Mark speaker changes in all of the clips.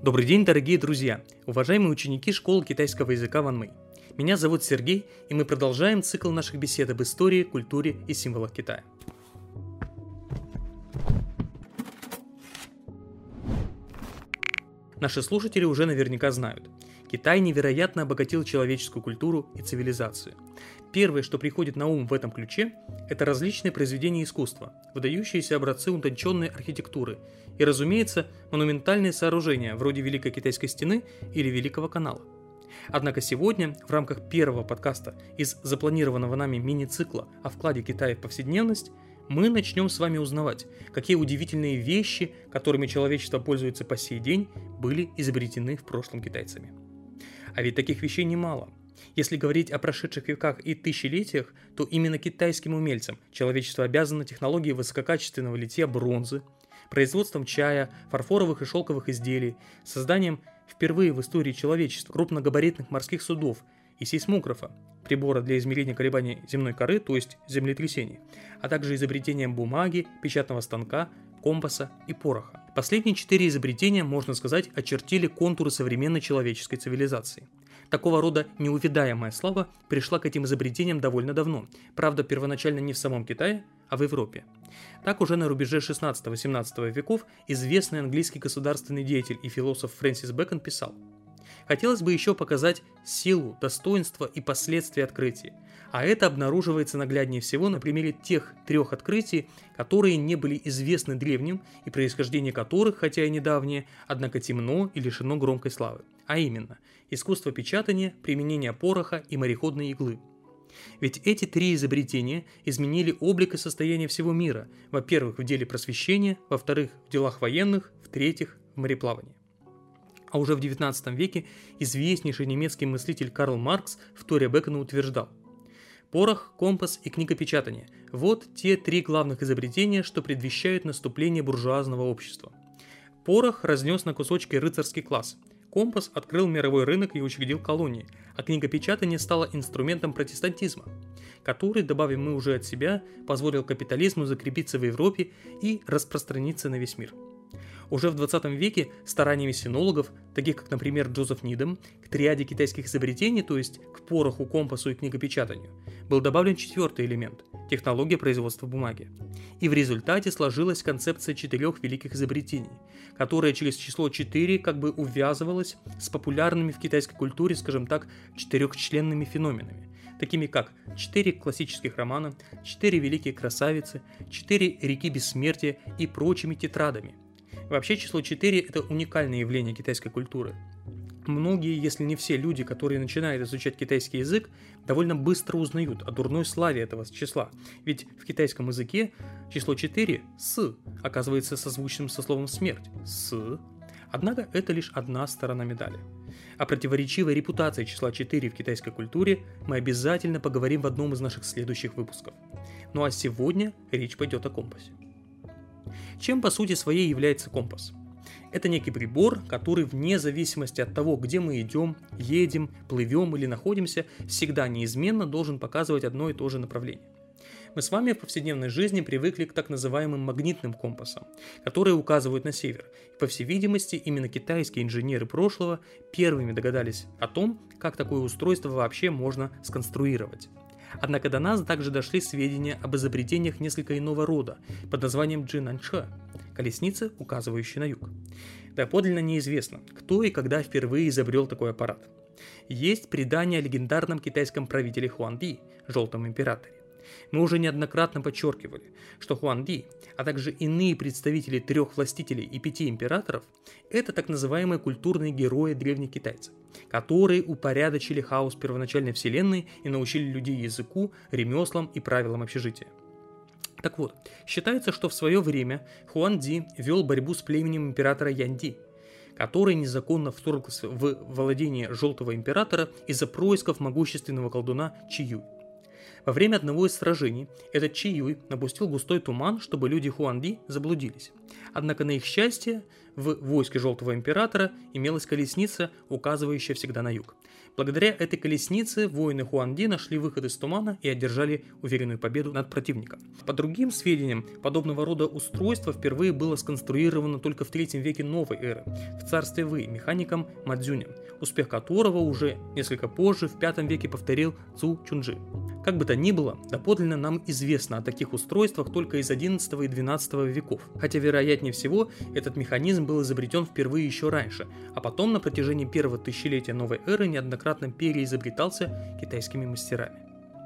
Speaker 1: Добрый день, дорогие друзья, уважаемые ученики школы китайского языка Ванмэй. Меня зовут Сергей, и мы продолжаем цикл наших бесед об истории, культуре и символах Китая. Наши слушатели уже наверняка знают. Китай невероятно обогатил человеческую культуру и цивилизацию. Первое, что приходит на ум в этом ключе, это различные произведения искусства, выдающиеся образцы утонченной архитектуры и, разумеется, монументальные сооружения вроде Великой Китайской стены или Великого канала. Однако сегодня, в рамках первого подкаста из запланированного нами мини-цикла о вкладе Китая в повседневность, мы начнем с вами узнавать, какие удивительные вещи, которыми человечество пользуется по сей день, были изобретены в прошлом китайцами. А ведь таких вещей немало. Если говорить о прошедших веках и тысячелетиях, то именно китайским умельцам человечество обязано технологией высококачественного литья бронзы, производством чая, фарфоровых и шелковых изделий, созданием впервые в истории человечества крупногабаритных морских судов и сейсмографа, прибора для измерения колебаний земной коры, то есть землетрясений, а также изобретением бумаги, печатного станка, компаса и пороха. Последние 4 изобретения, можно сказать, очертили контуры современной человеческой цивилизации. Такого рода неувидаемая слава пришла к этим изобретениям довольно давно, правда, первоначально не в самом Китае, а в Европе. Так уже на рубеже 16-18 веков известный английский государственный деятель и философ Фрэнсис Бэкон писал: «Хотелось бы еще показать силу, достоинство и последствия открытий, а это обнаруживается нагляднее всего на примере тех 3 открытий, которые не были известны древним и происхождение которых, хотя и недавнее, однако темно и лишено громкой славы, а именно искусство печатания, применение пороха и мореходной иглы». Ведь эти 3 изобретения изменили облик и состояние всего мира, во-первых, в деле просвещения, во-вторых, в делах военных, в-третьих, в мореплавании. А уже в XIX веке известнейший немецкий мыслитель Карл Маркс в Торе Бэкона утверждал: «Порох, компас и книгопечатание – вот те 3 главных изобретения, что предвещают наступление буржуазного общества. Порох разнес на кусочки рыцарский класс, компас открыл мировой рынок и учредил колонии, а книгопечатание стало инструментом протестантизма, который, добавим мы уже от себя, позволил капитализму закрепиться в Европе и распространиться на весь мир». Уже в 20 веке стараниями синологов, таких как, например, Джозеф Нидем, к триаде китайских изобретений, то есть к пороху, компасу и книгопечатанию, был добавлен 4-й элемент – технология производства бумаги. И в результате сложилась концепция 4 великих изобретений, которая через число 4 как бы увязывалась с популярными в китайской культуре, скажем так, 4-членными феноменами, такими как 4 классических романа, 4 великие красавицы, 4 реки бессмертия и прочими тетрадами. Вообще число 4 – это уникальное явление китайской культуры. Многие, если не все люди, которые начинают изучать китайский язык, довольно быстро узнают о дурной славе этого числа, ведь в китайском языке число 4 – «с» оказывается созвучным со словом «смерть» – «с». Однако это лишь одна сторона медали. О противоречивой репутации числа 4 в китайской культуре мы обязательно поговорим в одном из наших следующих выпусков. Ну а сегодня речь пойдет о компасе. Чем по сути своей является компас? Это некий прибор, который вне зависимости от того, где мы идем, едем, плывем или находимся, всегда неизменно должен показывать одно и то же направление. Мы с вами в повседневной жизни привыкли к так называемым магнитным компасам, которые указывают на север. И, по всей видимости, именно китайские инженеры прошлого первыми догадались о том, как такое устройство вообще можно сконструировать. Однако до нас также дошли сведения об изобретениях несколько иного рода, под названием Джинаньше – колесницы, указывающие на юг. Доподлинно неизвестно, кто и когда впервые изобрел такой аппарат. Есть предание о легендарном китайском правителе Хуанди, Желтом императоре. Мы уже неоднократно подчеркивали, что Хуанди, а также иные представители 3 властителей и 5 императоров – это так называемые культурные герои древних китайцев, которые упорядочили хаос первоначальной вселенной и научили людей языку, ремеслам и правилам общежития. Так вот, считается, что в свое время Хуанди вел борьбу с племенем императора Янди, который незаконно вторгся в владение Желтого императора из-за происков могущественного колдуна Чиюй. Во время одного из сражений этот Чиюй напустил густой туман, чтобы люди Хуанди заблудились. Однако на их счастье в войске Желтого Императора имелась колесница, указывающая всегда на юг. Благодаря этой колеснице воины Хуанди нашли выход из тумана и одержали уверенную победу над противником. По другим сведениям, подобного рода устройство впервые было сконструировано только в III веке новой эры, в царстве Вэй, механиком Мадзюнем, успех которого уже несколько позже, в V веке, повторил Цу Чунжи. Как бы то ни было, доподлинно нам известно о таких устройствах только из XI и XII веков, хотя вероятнее всего этот механизм был изобретен впервые еще раньше, а потом на протяжении первого тысячелетия новой эры неоднократно переизобретался китайскими мастерами.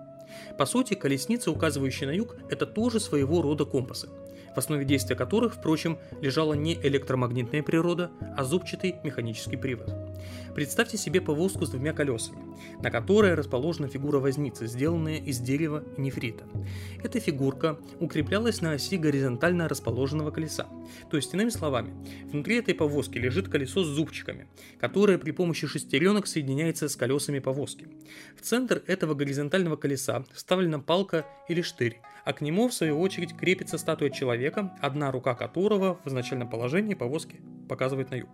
Speaker 1: По сути, колесницы, указывающие на юг, это тоже своего рода компасы, в основе действия которых, впрочем, лежала не электромагнитная природа, а зубчатый механический привод. Представьте себе повозку с двумя колесами, на которой расположена фигура возницы, сделанная из дерева и нефрита. Эта фигурка укреплялась на оси горизонтально расположенного колеса. То есть, иными словами, внутри этой повозки лежит колесо с зубчиками, которое при помощи шестеренок соединяется с колесами повозки. В центр этого горизонтального колеса вставлена палка или штырь, а к нему, в свою очередь, крепится статуя человека, одна рука которого в изначальном положении повозки показывает на юг.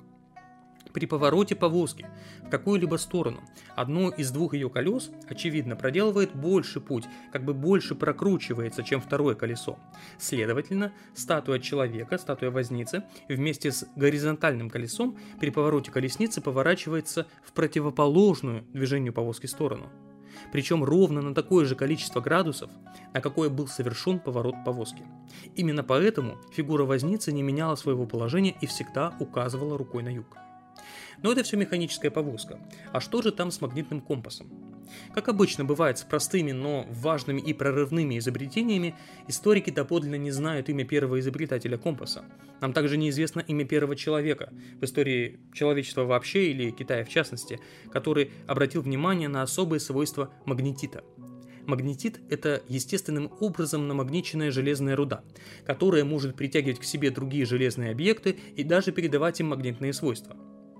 Speaker 1: При повороте повозки в какую-либо сторону одно из двух ее колес, очевидно, проделывает больше путь, как бы больше прокручивается, чем второе колесо. Следовательно, статуя человека, статуя возницы, вместе с горизонтальным колесом при повороте колесницы поворачивается в противоположную движению повозки сторону. Причем ровно на такое же количество градусов, на какое был совершен поворот повозки. Именно поэтому фигура возницы не меняла своего положения и всегда указывала рукой на юг. Но это все механическая повозка. А что же там с магнитным компасом? Как обычно бывает с простыми, но важными и прорывными изобретениями, историки доподлинно не знают имя первого изобретателя компаса. Нам также неизвестно имя первого человека в истории человечества вообще или Китая в частности, который обратил внимание на особые свойства магнетита. Магнетит – это естественным образом намагниченная железная руда, которая может притягивать к себе другие железные объекты и даже передавать им магнитные свойства.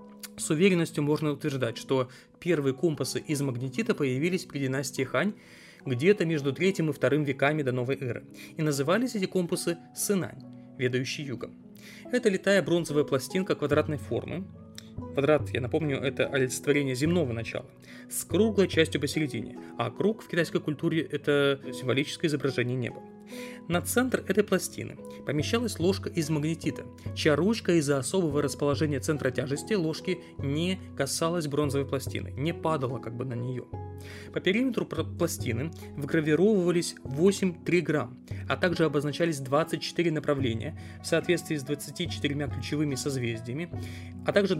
Speaker 1: С уверенностью можно утверждать, что первые компасы из магнетита появились при династии Хань где-то между III и II веками до новой эры, и назывались эти компасы Сынань, ведающий югом. Это литая бронзовая пластинка квадратной формы. Квадрат, я напомню, это олицетворение земного начала, с круглой частью посередине, а круг в китайской культуре – это символическое изображение неба. На центр этой пластины помещалась ложка из магнетита, чья ручка из-за особого расположения центра тяжести ложки не касалась бронзовой пластины, не падала как бы на нее. По периметру пластины выгравировывались 8 триграмм, а также обозначались 24 направления в соответствии с 24 ключевыми созвездиями, а также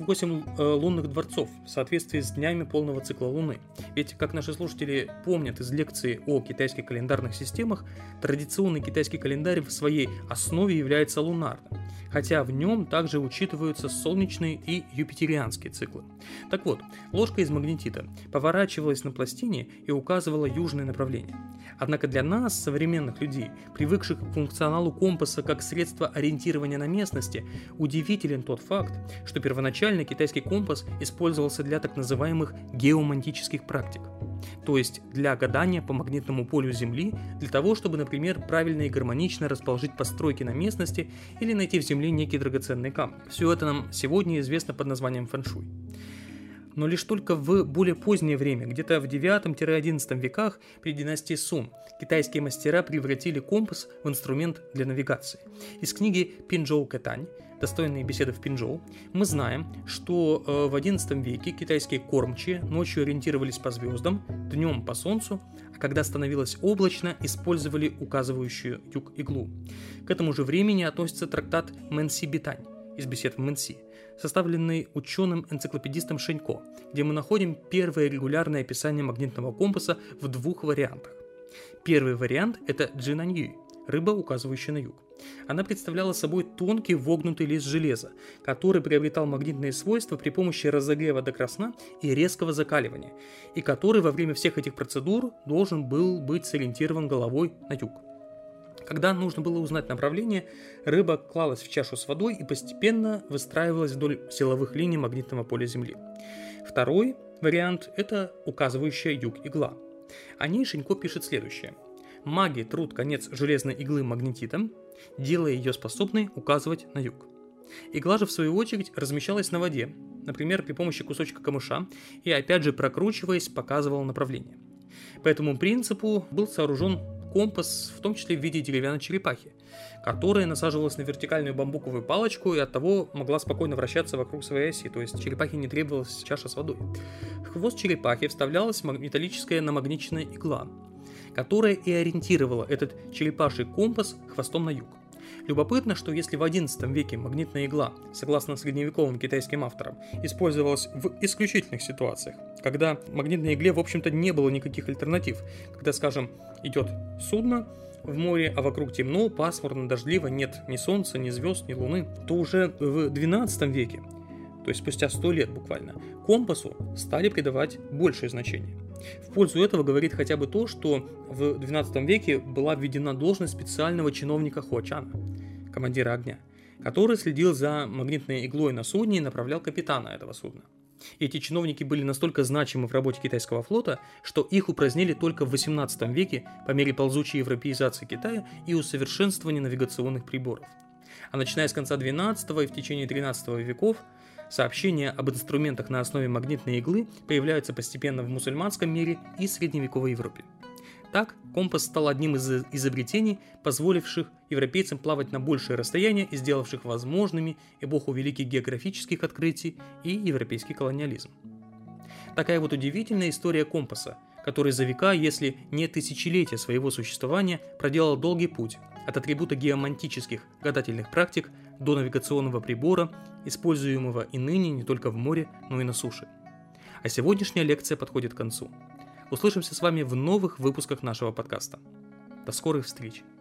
Speaker 1: 28 лунных дворцов в соответствии с днями полного цикла Луны. Ведь, как наши слушатели помнят из лекции о китайских календарных системах, традиционный китайский календарь в своей основе является лунарным, хотя в нем также учитываются солнечные и юпитерианские циклы. Так вот, ложка из магнетита поворачивалась на пластине и указывала южное направление. Однако для нас, современных людей, привыкших к функционалу компаса как средство ориентирования на местности, удивителен тот факт, что первоначально китайский компас использовался для так называемых геомантических практик, то есть для гадания по магнитному полю Земли, для того, чтобы, например, правильно и гармонично расположить постройки на местности или найти в Земле некие драгоценные камни. Все это нам сегодня известно под названием фэншуй. Но лишь только в более позднее время, где-то в IX-XI веках при династии Сун, китайские мастера превратили компас в инструмент для навигации. Из книги Пинчжоу Кэтань «Достойные беседы в Пинчжоу» мы знаем, что в XI веке китайские кормчие ночью ориентировались по звездам, днем по солнцу, а когда становилось облачно, использовали указывающую юг иглу. К этому же времени относится трактат Мэнси Битань из бесед в Мэнси, составленный ученым-энциклопедистом Шэнько, где мы находим первое регулярное описание магнитного компаса в двух вариантах. Первый вариант – это Джинаньюй, рыба, указывающая на юг. Она представляла собой тонкий вогнутый лист железа, который приобретал магнитные свойства при помощи разогрева до красна и резкого закаливания, и который во время всех этих процедур должен был быть сориентирован головой на юг. Когда нужно было узнать направление, рыба клалась в чашу с водой и постепенно выстраивалась вдоль силовых линий магнитного поля Земли. Второй вариант – это указывающая юг игла. О ней Шенько пишет следующее. Маги трут конец железной иглы магнетитом, делая ее способной указывать на юг. Игла же, в свою очередь, размещалась на воде, например, при помощи кусочка камыша, и опять же, прокручиваясь, показывала направление. По этому принципу был сооружен компас, в том числе в виде деревянной черепахи, которая насаживалась на вертикальную бамбуковую палочку и оттого могла спокойно вращаться вокруг своей оси, то есть черепахе не требовалась чаша с водой. В хвост черепахи вставлялась металлическая намагниченная игла, которая и ориентировала этот черепаший компас хвостом на юг. Любопытно, что если в XI веке магнитная игла, согласно средневековым китайским авторам, использовалась в исключительных ситуациях, когда магнитной игле, в общем-то, не было никаких альтернатив, когда, скажем, идет судно в море, а вокруг темно, пасмурно, дождливо, нет ни солнца, ни звезд, ни луны, то уже в XII веке, то есть спустя 100 лет буквально, компасу стали придавать большее значение. В пользу этого говорит хотя бы то, что в XII веке была введена должность специального чиновника Хуачана, командира огня, который следил за магнитной иглой на судне и направлял капитана этого судна. Эти чиновники были настолько значимы в работе китайского флота, что их упразднили только в XVIII веке по мере ползучей европеизации Китая и усовершенствования навигационных приборов. А начиная с конца XII и в течение XIII веков сообщения об инструментах на основе магнитной иглы появляются постепенно в мусульманском мире и средневековой Европе. Так, компас стал одним из изобретений, позволивших европейцам плавать на большее расстояние и сделавших возможными эпоху великих географических открытий и европейский колониализм. Такая вот удивительная история компаса, который за века, если не тысячелетия своего существования, проделал долгий путь от атрибута геомантических гадательных практик до навигационного прибора, используемого и ныне не только в море, но и на суше. А сегодняшняя лекция подходит к концу. Услышимся с вами в новых выпусках нашего подкаста. До скорых встреч!